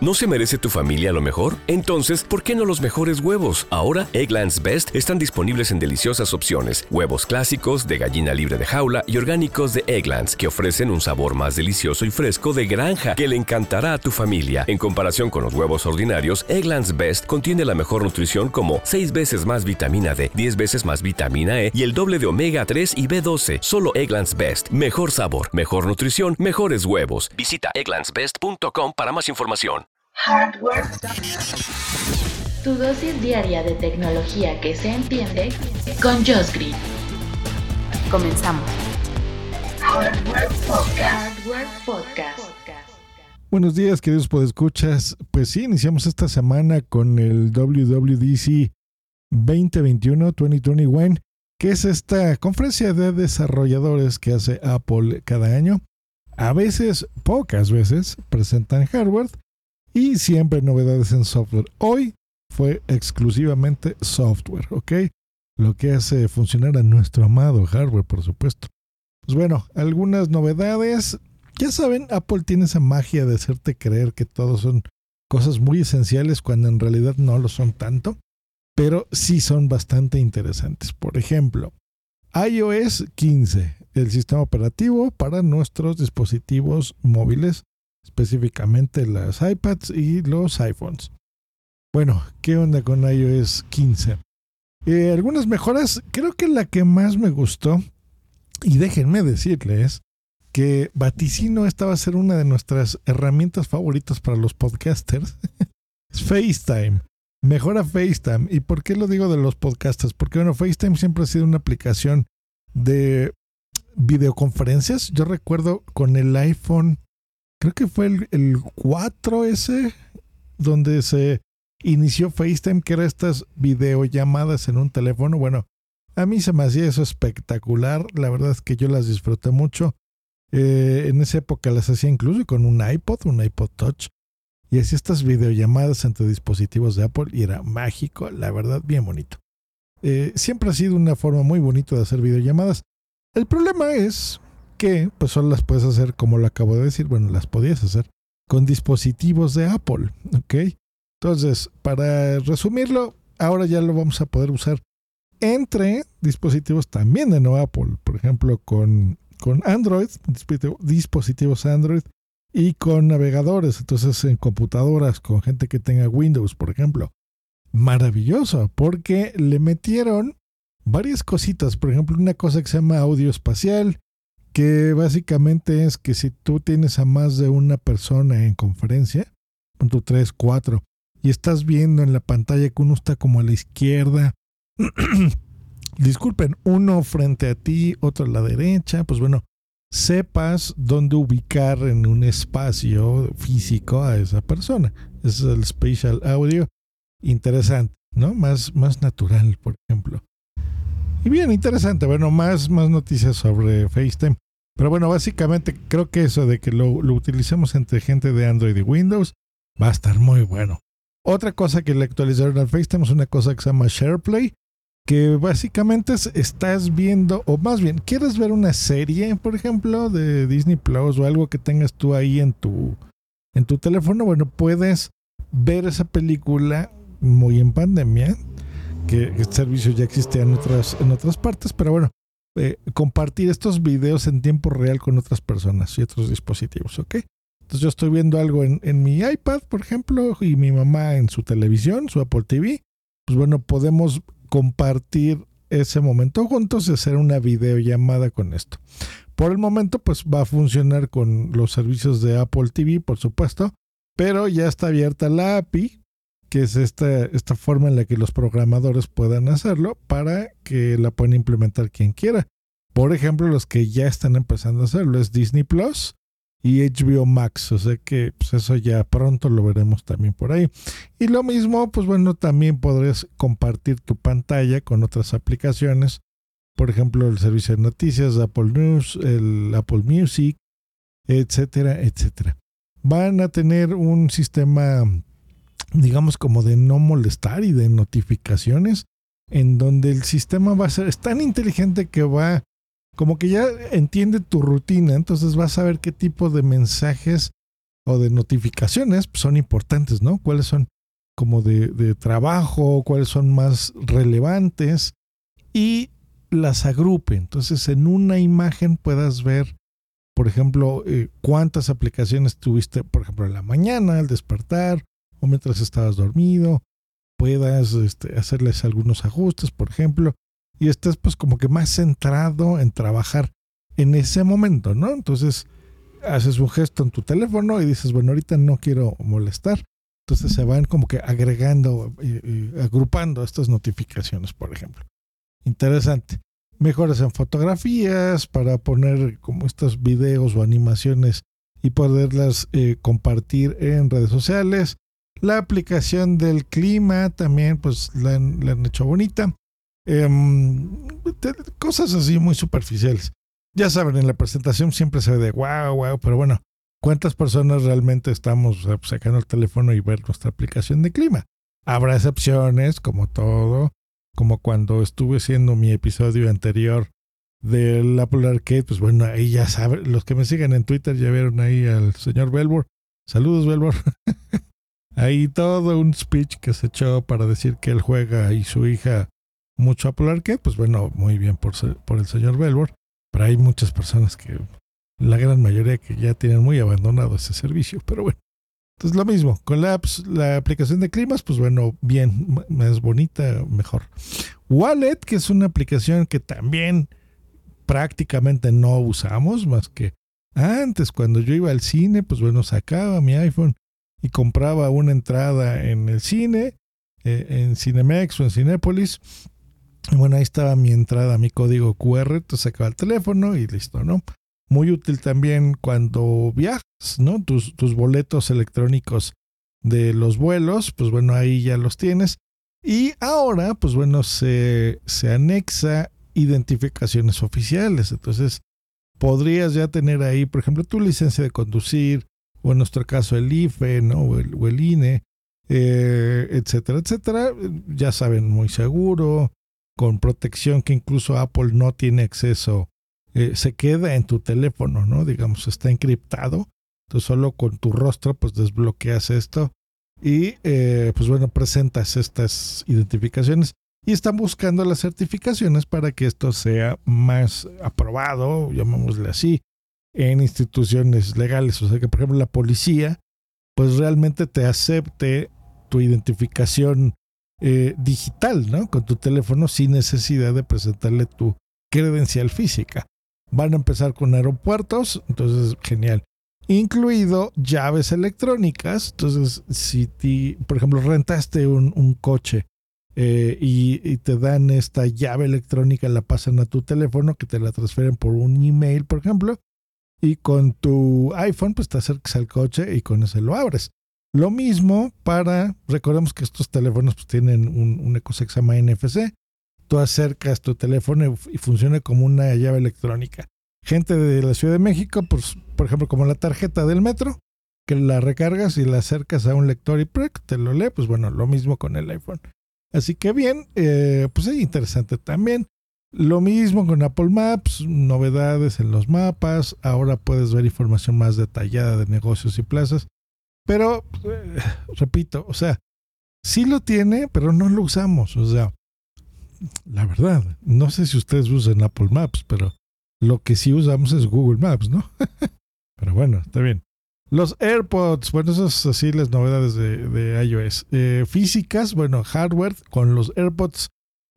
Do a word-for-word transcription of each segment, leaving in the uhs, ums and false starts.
¿No se merece tu familia lo mejor? Entonces, ¿por qué no los mejores huevos? Ahora, Eggland's Best están disponibles en deliciosas opciones. Huevos clásicos, de gallina libre de jaula y orgánicos de Eggland's, que ofrecen un sabor más delicioso y fresco de granja que le encantará a tu familia. En comparación con los huevos ordinarios, Eggland's Best contiene la mejor nutrición como seis veces más vitamina D, diez veces más vitamina E y el doble de omega tres y B doce. Solo Eggland's Best. Mejor sabor, mejor nutrición, mejores huevos. Visita egglands best punto com para más información. Hardware. Tu dosis diaria de tecnología que se entiende con Josh Green. Comenzamos. Hardware Podcast. Hardware Podcast. Buenos días, queridos podescuchas. Pues sí, iniciamos esta semana con el W W D C veinte veintiuno, veinte veintiuno, que es esta conferencia de desarrolladores que hace Apple cada año. A veces, pocas veces, presentan hardware y siempre novedades en software. Hoy fue exclusivamente software, ¿ok? Lo que hace funcionar a nuestro amado hardware, por supuesto. Pues bueno, algunas novedades. Ya saben, Apple tiene esa magia de hacerte creer que todos son cosas muy esenciales cuando en realidad no lo son tanto, pero sí son bastante interesantes. Por ejemplo, iOS quince, el sistema operativo para nuestros dispositivos móviles, específicamente las iPads y los iPhones. Bueno, ¿qué onda con iOS quince? Eh, algunas mejoras, creo que la que más me gustó, y déjenme decirles que vaticino esta va a ser una de nuestras herramientas favoritas para los podcasters, es FaceTime. Mejora FaceTime. ¿Y por qué lo digo de los podcasters? Porque bueno, FaceTime siempre ha sido una aplicación de videoconferencias. Yo recuerdo con el iPhone, creo que fue el, el cuatro ese, donde se inició FaceTime, que era estas videollamadas en un teléfono. Bueno, a mí se me hacía eso espectacular. La verdad es que yo las disfruté mucho. Eh, en esa época las hacía incluso con un iPod, un iPod Touch. Y hacía estas videollamadas entre dispositivos de Apple y era mágico, la verdad, bien bonito. Eh, siempre ha sido una forma muy bonita de hacer videollamadas. El problema es que pues solo las puedes hacer, como lo acabo de decir, bueno, las podías hacer con dispositivos de Apple, ¿ok? Entonces, para resumirlo, ahora ya lo vamos a poder usar entre dispositivos también de no Apple, por ejemplo, con, con Android, dispositivos Android, y con navegadores, entonces en computadoras, con gente que tenga Windows, por ejemplo. Maravilloso, porque le metieron varias cositas, por ejemplo, una cosa que se llama audio espacial, que básicamente es que si tú tienes a más de una persona en conferencia, punto tres, cuatro, y estás viendo en la pantalla que uno está como a la izquierda, disculpen, uno frente a ti, otro a la derecha, pues bueno, sepas dónde ubicar en un espacio físico a esa persona. Ese es el spatial audio. Interesante, ¿no? Más, más natural, por ejemplo. Y bien, interesante. Bueno, más, más noticias sobre FaceTime. Pero bueno, básicamente creo que eso de que lo, lo utilicemos entre gente de Android y Windows va a estar muy bueno. Otra cosa que le actualizaron al FaceTime es una cosa que se llama SharePlay, que básicamente es, estás viendo, o más bien, ¿quieres ver una serie, por ejemplo, de Disney Plus o algo que tengas tú ahí en tu, en tu teléfono? Bueno, puedes ver esa película muy en pandemia, que este servicio ya existía en otras, en otras partes, pero bueno, eh, compartir estos videos en tiempo real con otras personas y otros dispositivos, ¿ok? Entonces yo estoy viendo algo en, en mi iPad, por ejemplo, y mi mamá en su televisión, su Apple T V, pues bueno, podemos compartir ese momento juntos y hacer una videollamada con esto. Por el momento, pues va a funcionar con los servicios de Apple T V, por supuesto, pero ya está abierta la A P I, que es esta, esta forma en la que los programadores puedan hacerlo para que la puedan implementar quien quiera. Por ejemplo, los que ya están empezando a hacerlo es Disney Plus y H B O Max, o sea que pues eso ya pronto lo veremos también por ahí. Y lo mismo, pues bueno, también podrás compartir tu pantalla con otras aplicaciones, por ejemplo, el servicio de noticias, Apple News, el Apple Music, etcétera, etcétera. Van a tener un sistema, digamos, como de no molestar y de notificaciones, en donde el sistema va a ser, es tan inteligente que va como que ya entiende tu rutina, entonces vas a ver qué tipo de mensajes o de notificaciones pues son importantes, ¿no? ¿Cuáles son como de, de trabajo? ¿Cuáles son más relevantes? Y las agrupe. Entonces, en una imagen puedas ver, por ejemplo, eh, cuántas aplicaciones tuviste, por ejemplo, en la mañana, al despertar, o mientras estabas dormido. Puedas este, hacerles algunos ajustes, por ejemplo, y estés pues como que más centrado en trabajar en ese momento, ¿no? Entonces, haces un gesto en tu teléfono y dices, bueno, ahorita no quiero molestar. Entonces se van como que agregando y, y agrupando estas notificaciones, por ejemplo. Interesante. Mejoras en fotografías para poner como estos videos o animaciones y poderlas eh, compartir en redes sociales. La aplicación del clima también pues la han, la han hecho bonita. Eh, te, cosas así muy superficiales. Ya saben, en la presentación siempre se ve de wow, wow, pero bueno, ¿cuántas personas realmente estamos sacando el teléfono y ver nuestra aplicación de clima? Habrá excepciones, como todo, como cuando estuve haciendo mi episodio anterior del Apple Arcade, pues bueno, ahí ya saben, los que me siguen en Twitter ya vieron ahí al señor Belbor. Saludos, Belbor. Ahí todo un speech que se echó para decir que él juega y su hija mucho Apple Arcade, pues bueno, muy bien por, por el señor Belbor. Pero hay muchas personas que, la gran mayoría, que ya tienen muy abandonado ese servicio. Pero bueno, entonces lo mismo. Con la, apps, la aplicación de climas, pues bueno, bien, más bonita, mejor. Wallet, que es una aplicación que también prácticamente no usamos, más que antes, cuando yo iba al cine, pues bueno, sacaba mi iPhone y compraba una entrada en el cine, eh, en Cinemex o en Cinépolis. Y bueno, ahí estaba mi entrada, mi código cu erre, entonces sacaba el teléfono y listo, ¿no? Muy útil también cuando viajas, ¿no? Tus, tus boletos electrónicos de los vuelos, pues bueno, ahí ya los tienes. Y ahora, pues bueno, se, se anexa identificaciones oficiales. Entonces, podrías ya tener ahí, por ejemplo, tu licencia de conducir, o en nuestro caso el I F E, ¿no? O el, o el I N E, eh, etcétera, etcétera. Ya saben, muy seguro, con protección que incluso Apple no tiene acceso, eh, se queda en tu teléfono, ¿no? Digamos, está encriptado. Entonces solo con tu rostro pues desbloqueas esto y eh, pues bueno, presentas estas identificaciones y están buscando las certificaciones para que esto sea más aprobado, llamémosle así, en instituciones legales. O sea que, por ejemplo, la policía pues realmente te acepte tu identificación Eh, digital, ¿no? Con tu teléfono sin necesidad de presentarle tu credencial física. Van a empezar con aeropuertos, entonces genial. Incluido llaves electrónicas. Entonces, si ti, por ejemplo, rentaste un, un coche eh, y, y te dan esta llave electrónica, la pasan a tu teléfono, que te la transfieren por un email, por ejemplo, y con tu iPhone, pues te acercas al coche y con ese lo abres. Lo mismo para, recordemos que estos teléfonos pues, tienen un, una cosa que se llama N F C. Tú acercas tu teléfono y, y funciona como una llave electrónica. Gente de la Ciudad de México, pues, por ejemplo, como la tarjeta del metro, que la recargas y la acercas a un lector y te lo lee, pues bueno, lo mismo con el iPhone. Así que bien, eh, pues es interesante también. Lo mismo con Apple Maps, novedades en los mapas. Ahora puedes ver información más detallada de negocios y plazas. Pero, eh, repito, o sea, sí lo tiene, pero no lo usamos. O sea, la verdad, no sé si ustedes usan Apple Maps, pero lo que sí usamos es Google Maps, ¿no? Pero bueno, está bien. Los AirPods, bueno, esas son así las novedades de, de iOS. Eh, físicas, bueno, hardware con los AirPods.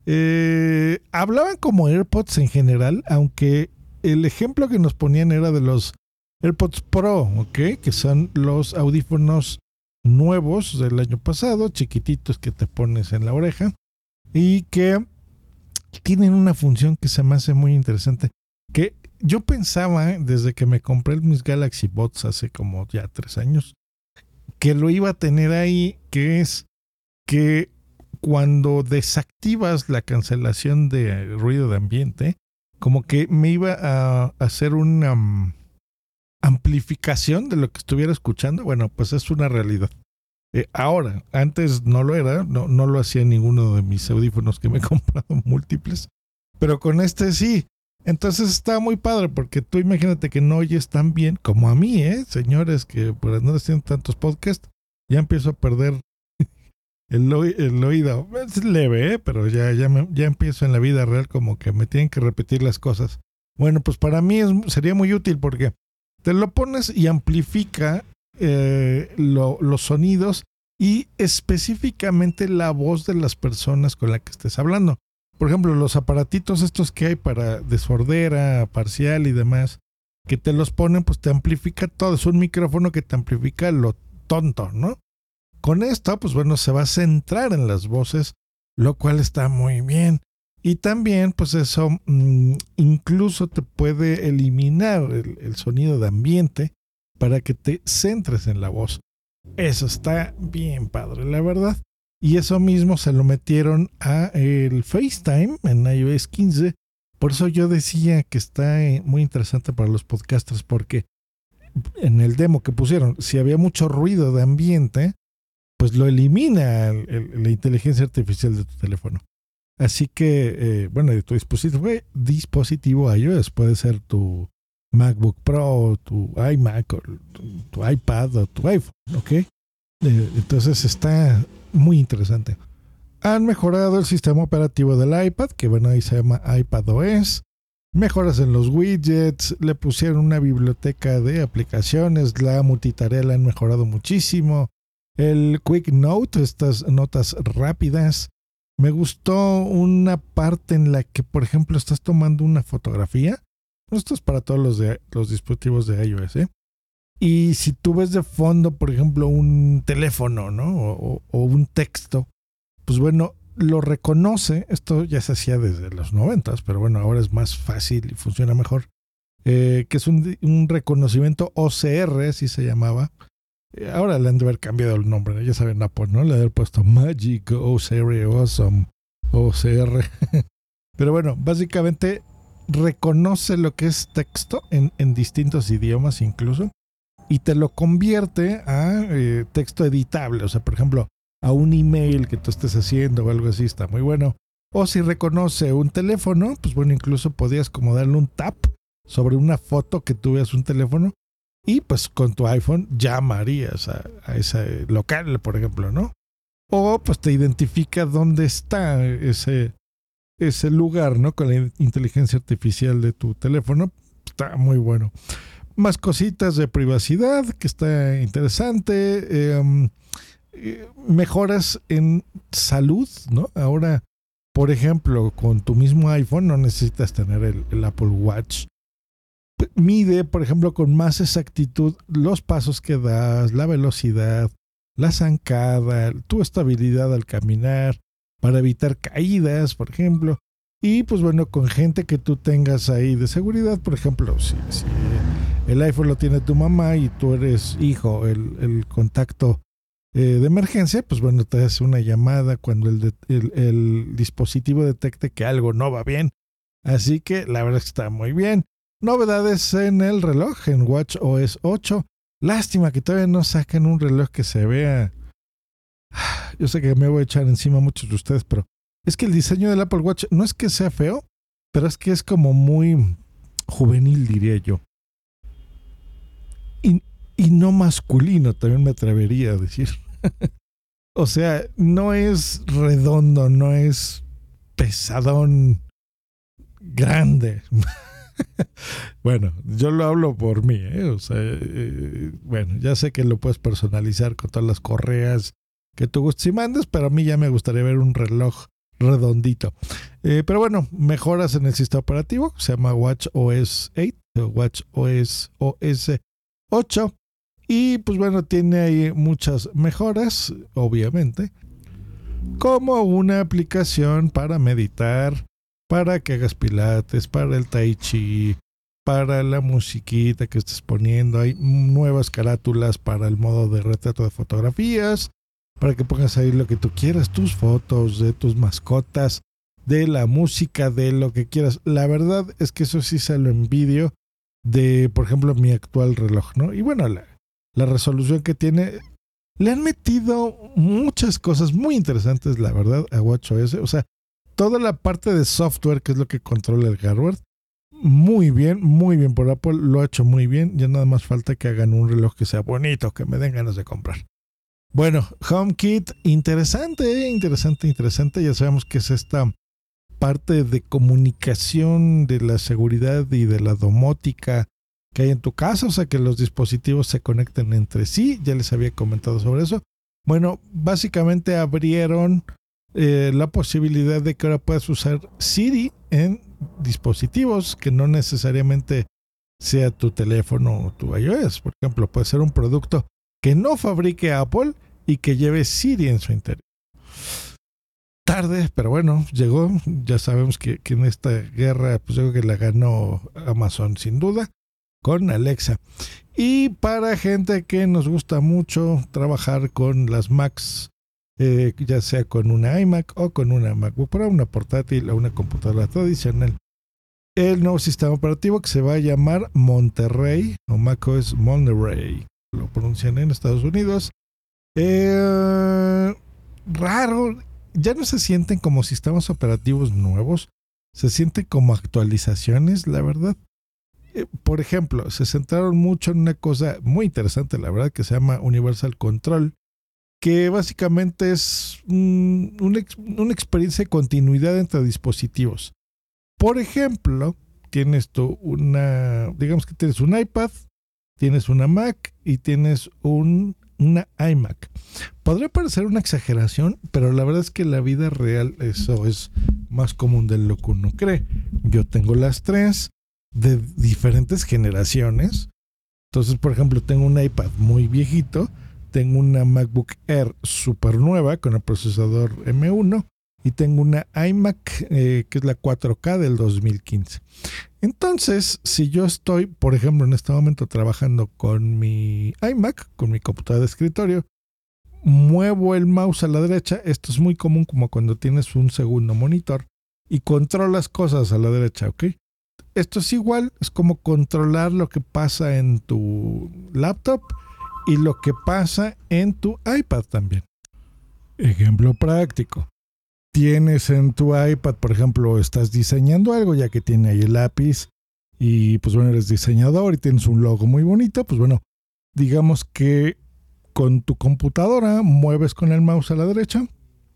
Eh, hablaban como AirPods en general, aunque el ejemplo que nos ponían era de los AirPods Pro, ¿ok? Que son los audífonos nuevos del año pasado, chiquititos que te pones en la oreja y que tienen una función que se me hace muy interesante, que yo pensaba desde que me compré mis Galaxy Buds hace como ya tres años, que lo iba a tener ahí, que es que cuando desactivas la cancelación de ruido de ambiente, como que me iba a hacer una um, amplificación de lo que estuviera escuchando. Bueno, pues es una realidad. Eh, ahora, antes no lo era, no, no lo hacía ninguno de mis audífonos que me he comprado múltiples, pero con este sí. Entonces está muy padre porque tú imagínate que no oyes tan bien como a mí, ¿eh? Señores, que por andar haciendo tantos podcasts, ya empiezo a perder el, o- el oído. Es leve, ¿eh? Pero ya, ya, me- ya empiezo en la vida real como que me tienen que repetir las cosas. Bueno, pues para mí es, sería muy útil porque te lo pones y amplifica eh, lo- los sonidos y específicamente la voz de las personas con las que estés hablando. Por ejemplo, los aparatitos estos que hay para de sordera parcial y demás, que te los ponen, pues te amplifica todo. Es un micrófono que te amplifica lo tonto, ¿no? Con esto, pues bueno, se va a centrar en las voces, lo cual está muy bien. Y también, pues eso mmm, incluso te puede eliminar el, el sonido de ambiente para que te centres en la voz. Eso está bien padre, la verdad. Y eso mismo se lo metieron a el FaceTime en iOS quince. Por eso yo decía que está eh, muy interesante para los podcasters, porque en el demo que pusieron, si había mucho ruido de ambiente, pues lo elimina el- el- la inteligencia artificial de tu teléfono. Así que, eh, bueno, de tu dispositivo, eh, dispositivo iOS, puede ser tu MacBook Pro, tu iMac, o tu, tu iPad o tu iPhone, ¿ok? Eh, entonces está muy interesante. Han mejorado el sistema operativo del iPad, que bueno, ahí se llama iPadOS. Mejoras en los widgets, le pusieron una biblioteca de aplicaciones, la multitarea la han mejorado muchísimo. El Quick Note, estas notas rápidas. Me gustó una parte en la que, por ejemplo, estás tomando una fotografía. Esto es para todos los, de, los dispositivos de iOS, ¿eh? Y si tú ves de fondo, por ejemplo, un teléfono, ¿no? O, o un texto, pues bueno, lo reconoce. Esto ya se hacía desde los noventas, pero bueno, ahora es más fácil y funciona mejor. Eh, que es un, un reconocimiento O C R, así se llamaba. Eh, ahora le han de haber cambiado el nombre, ¿no? Ya saben, Apple, ¿no? Le han de haber puesto Magic, O C R, Awesome, O C R. Pero bueno, básicamente reconoce lo que es texto en, en distintos idiomas incluso y te lo convierte a eh, texto editable. O sea, por ejemplo, a un email que tú estés haciendo o algo así, está muy bueno. O si reconoce un teléfono, pues bueno, incluso podías como darle un tap sobre una foto que tú veas un teléfono y pues con tu iPhone llamarías a, a ese local, por ejemplo, ¿no? O pues te identifica dónde está ese, ese lugar, ¿no? Con la inteligencia artificial de tu teléfono. Está muy bueno. Más cositas de privacidad, que está interesante. Eh, eh, mejoras en salud, ¿no? Ahora, por ejemplo, con tu mismo iPhone no necesitas tener el, el Apple Watch. Mide, por ejemplo, con más exactitud los pasos que das, la velocidad, la zancada, tu estabilidad al caminar, para evitar caídas, por ejemplo. Y pues bueno, con gente que tú tengas ahí de seguridad, por ejemplo, si, si el iPhone lo tiene tu mamá y tú eres hijo, el, el contacto eh, de emergencia, pues bueno, te hace una llamada cuando el, de, el, el dispositivo detecte que algo no va bien. Así que la verdad es que está muy bien. Novedades en el reloj, en WatchOS ocho. Lástima que todavía no sacan un reloj que se vea. Yo sé que me voy a echar encima a muchos de ustedes, pero es que el diseño del Apple Watch no es que sea feo, pero es que es como muy juvenil, diría yo. Y, y no masculino, también me atrevería a decir. O sea, no es redondo, no es pesadón grande. Bueno, yo lo hablo por mí, ¿eh? O sea, eh, bueno, ya sé que lo puedes personalizar con todas las correas que tú gustes y mandes, pero a mí ya me gustaría ver un reloj redondito. Eh, pero bueno, mejoras en el sistema operativo, se llama WatchOS ocho, WatchOS ocho, y pues bueno, tiene ahí muchas mejoras, obviamente, como una aplicación para meditar, para que hagas pilates, para el tai chi, para la musiquita que estés poniendo. Hay nuevas carátulas para el modo de retrato de fotografías, para que pongas ahí lo que tú quieras, tus fotos de tus mascotas, de la música, de lo que quieras. La verdad es que eso sí se lo envidio de, por ejemplo, mi actual reloj, ¿no? Y bueno, la, la resolución que tiene, le han metido muchas cosas muy interesantes, la verdad, a WatchOS. O sea, toda la parte de software, que es lo que controla el hardware, muy bien, muy bien por Apple, lo ha hecho muy bien. Ya nada más falta que hagan un reloj que sea bonito, que me den ganas de comprar. Bueno, HomeKit, interesante, interesante, interesante. Ya sabemos que es esta parte de comunicación de la seguridad y de la domótica que hay en tu casa, o sea que los dispositivos se conecten entre sí. Ya les había comentado sobre eso. Bueno, básicamente abrieron eh, la posibilidad de que ahora puedas usar Siri en dispositivos que no necesariamente sea tu teléfono o tu iOS. Por ejemplo, puede ser un producto que no fabrique Apple y que lleve Siri en su interior. Tarde, pero bueno, llegó. Ya sabemos que, que en esta guerra, pues yo creo que la ganó Amazon sin duda, con Alexa. Y para gente que nos gusta mucho trabajar con las Macs, eh, ya sea con una iMac o con una MacBook Pro, una portátil o una computadora tradicional, el nuevo sistema operativo que se va a llamar Monterey o macOS Monterey, lo pronuncian en Estados Unidos. Eh, raro, ya no se sienten como sistemas operativos nuevos, se sienten como actualizaciones, la verdad. Eh, por ejemplo, se centraron mucho en una cosa muy interesante, la verdad, que se llama Universal Control, que básicamente es un, una, una experiencia de continuidad entre dispositivos. Por ejemplo, tienes tú una, digamos que tienes un iPad, tienes una Mac y tienes un, una iMac. Podría parecer una exageración, pero la verdad es que en la vida real eso es más común de lo que uno cree. Yo tengo las tres de diferentes generaciones. Entonces, por ejemplo, tengo un iPad muy viejito, tengo una MacBook Air súper nueva con el procesador M uno y tengo una iMac eh, que es la cuatro K del dos mil quince. Entonces, si yo estoy, por ejemplo, en este momento trabajando con mi iMac, con mi computadora de escritorio, muevo el mouse a la derecha. Esto es muy común como cuando tienes un segundo monitor y controlas cosas a la derecha, ¿ok? Esto es igual, es como controlar lo que pasa en tu laptop y lo que pasa en tu iPad también. Ejemplo práctico. Tienes en tu iPad, por ejemplo, estás diseñando algo ya que tiene ahí el lápiz y pues bueno, eres diseñador y tienes un logo muy bonito, pues bueno, digamos que con tu computadora mueves con el mouse a la derecha.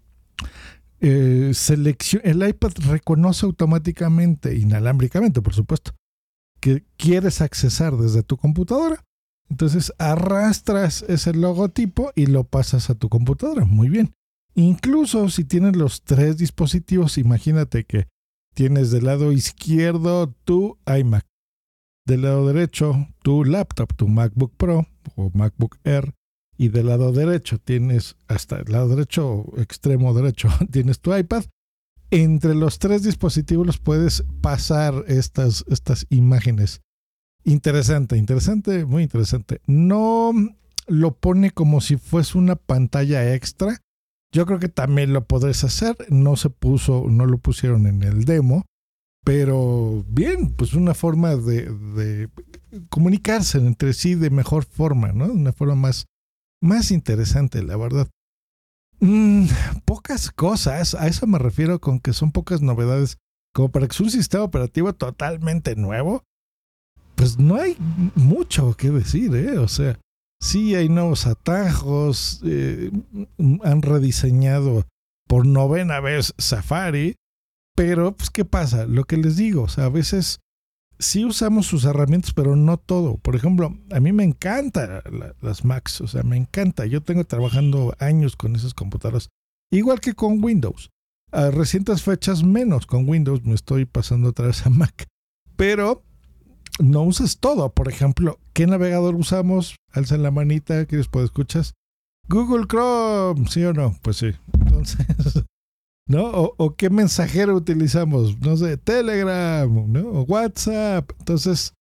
Eh, seleccion- el iPad reconoce automáticamente, inalámbricamente por supuesto, que quieres accesar desde tu computadora. Entonces arrastras ese logotipo y lo pasas a tu computadora. Muy bien. Incluso si tienes los tres dispositivos, imagínate que tienes del lado izquierdo tu iMac, del lado derecho tu laptop, tu MacBook Pro o MacBook Air, y del lado derecho tienes, hasta el lado derecho, extremo derecho, tienes tu iPad. Entre los tres dispositivos puedes pasar estas, estas imágenes. Interesante, interesante, muy interesante. No lo pone como si fuese una pantalla extra. Yo creo que también lo podrás hacer. No se puso, no lo pusieron en el demo. Pero bien, pues una forma de, de comunicarse entre sí de mejor forma, ¿no? Una forma más, más interesante, la verdad. Mm, pocas cosas, a eso me refiero con que son pocas novedades. Como para que sea un sistema operativo totalmente nuevo, pues no hay mucho que decir, ¿eh? O sea, sí hay nuevos atajos, eh, han rediseñado por novena vez Safari, pero pues ¿qué pasa? Lo que les digo, o sea, a veces sí usamos sus herramientas, pero no todo. Por ejemplo, a mí me encantan la, las Macs, o sea, me encanta. Yo tengo trabajando años con esas computadoras, igual que con Windows. A recientes fechas menos con Windows, me estoy pasando otra vez a Mac, pero no usas todo. Por ejemplo, ¿qué navegador usamos? Alza la manita, que después escuchas. Google Chrome, ¿sí o no? Pues sí. Entonces, ¿no? O, o qué mensajero utilizamos, no sé, Telegram, ¿no? O WhatsApp. Entonces,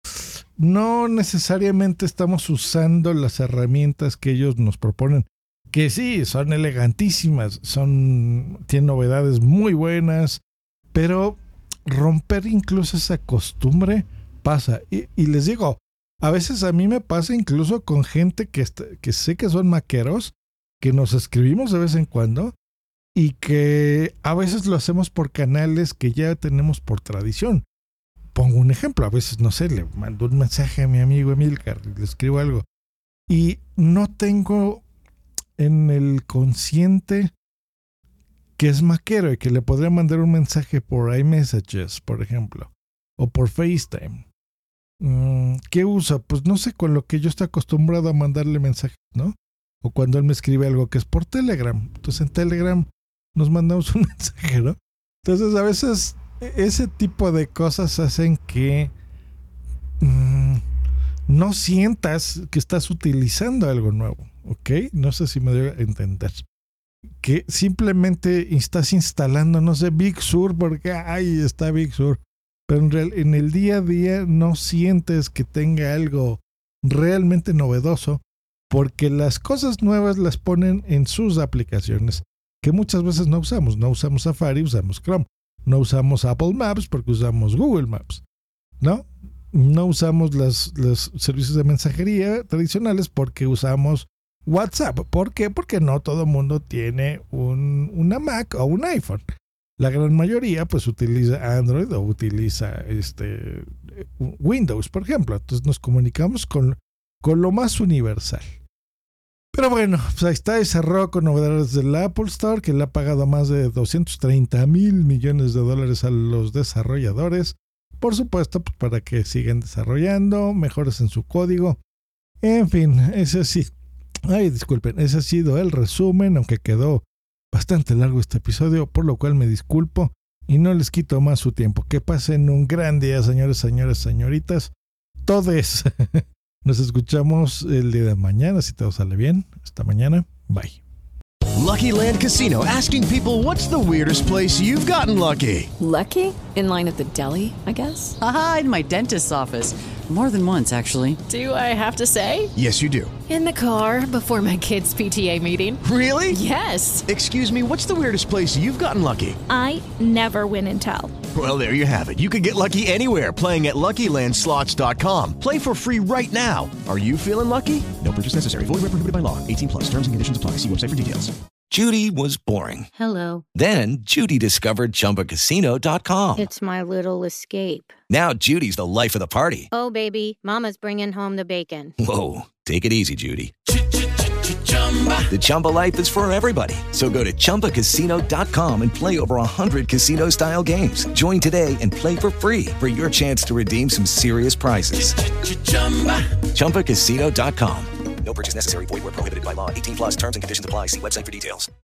no necesariamente estamos usando las herramientas que ellos nos proponen, que sí, son elegantísimas, son, tienen novedades muy buenas, pero romper incluso esa costumbre pasa. Y, y les digo, a veces a mí me pasa incluso con gente que, está, que sé que son maqueros, que nos escribimos de vez en cuando y que a veces lo hacemos por canales que ya tenemos por tradición. pongo un ejemplo. A veces, no sé, le mando un mensaje a mi amigo Emilcar, le escribo algo. Y no tengo en el consciente que es maquero y que le podría mandar un mensaje por iMessages, por ejemplo, o por FaceTime. ¿Qué usa? Pues no sé, con lo que yo estoy acostumbrado a mandarle mensajes, ¿no? O cuando él me escribe algo que es por Telegram. Entonces en Telegram nos mandamos un mensaje, ¿no? Entonces a veces ese tipo de cosas hacen que mmm, no sientas que estás utilizando algo nuevo, ¿ok? No sé si me debe entender. Que simplemente estás instalando, no sé, Big Sur porque ahí está Big Sur. Pero en, real, en el día a día no sientes que tenga algo realmente novedoso porque las cosas nuevas las ponen en sus aplicaciones que muchas veces no usamos. No usamos Safari, usamos Chrome. No usamos Apple Maps porque usamos Google Maps, ¿no? No usamos las, los servicios de mensajería tradicionales porque usamos WhatsApp. ¿Por qué? Porque no todo el mundo tiene un, una Mac o un iPhone. La gran mayoría pues utiliza Android o utiliza este Windows, por ejemplo. Entonces nos comunicamos con, con lo más universal. Pero bueno, pues ahí está ese rock con novedades del Apple Store, que le ha pagado más de doscientos treinta mil millones de dólares a los desarrolladores. Por supuesto, pues para que sigan desarrollando, mejoras en su código. En fin, ese sí. Ay, disculpen, ese ha sido el resumen, aunque quedó bastante largo este episodio, por lo cual me disculpo y no les quito más su tiempo. Que pasen un gran día, señores, señores, señoritas. Todes. Nos escuchamos el día de mañana, si todo sale bien. Hasta mañana. Bye. Lucky Land Casino, asking people, what's the weirdest place you've gotten lucky? Lucky? In line at the deli, I guess? Aha, in my dentist's office. More than once, actually. Do I have to say? Yes, you do. In the car before my kids' P T A meeting. Really? Yes. Excuse me, what's the weirdest place you've gotten lucky? I never win and tell. Well, there you have it. You can get lucky anywhere, playing at Lucky Land Slots dot com. Play for free right now. Are you feeling lucky? No purchase necessary. Void where prohibited by law. eighteen plus. Terms and conditions apply. See website for details. Judy was boring. Hello. Then Judy discovered Chumba Casino dot com. It's my little escape. Now Judy's the life of the party. Oh, baby, mama's bringing home the bacon. Whoa, take it easy, Judy. The Chumba life is for everybody. So go to Chumba Casino dot com and play over one hundred casino-style games. Join today and play for free for your chance to redeem some serious prizes. Chumba Casino dot com. No purchase necessary. Void where prohibited by law. eighteen plus terms and conditions apply. See website for details.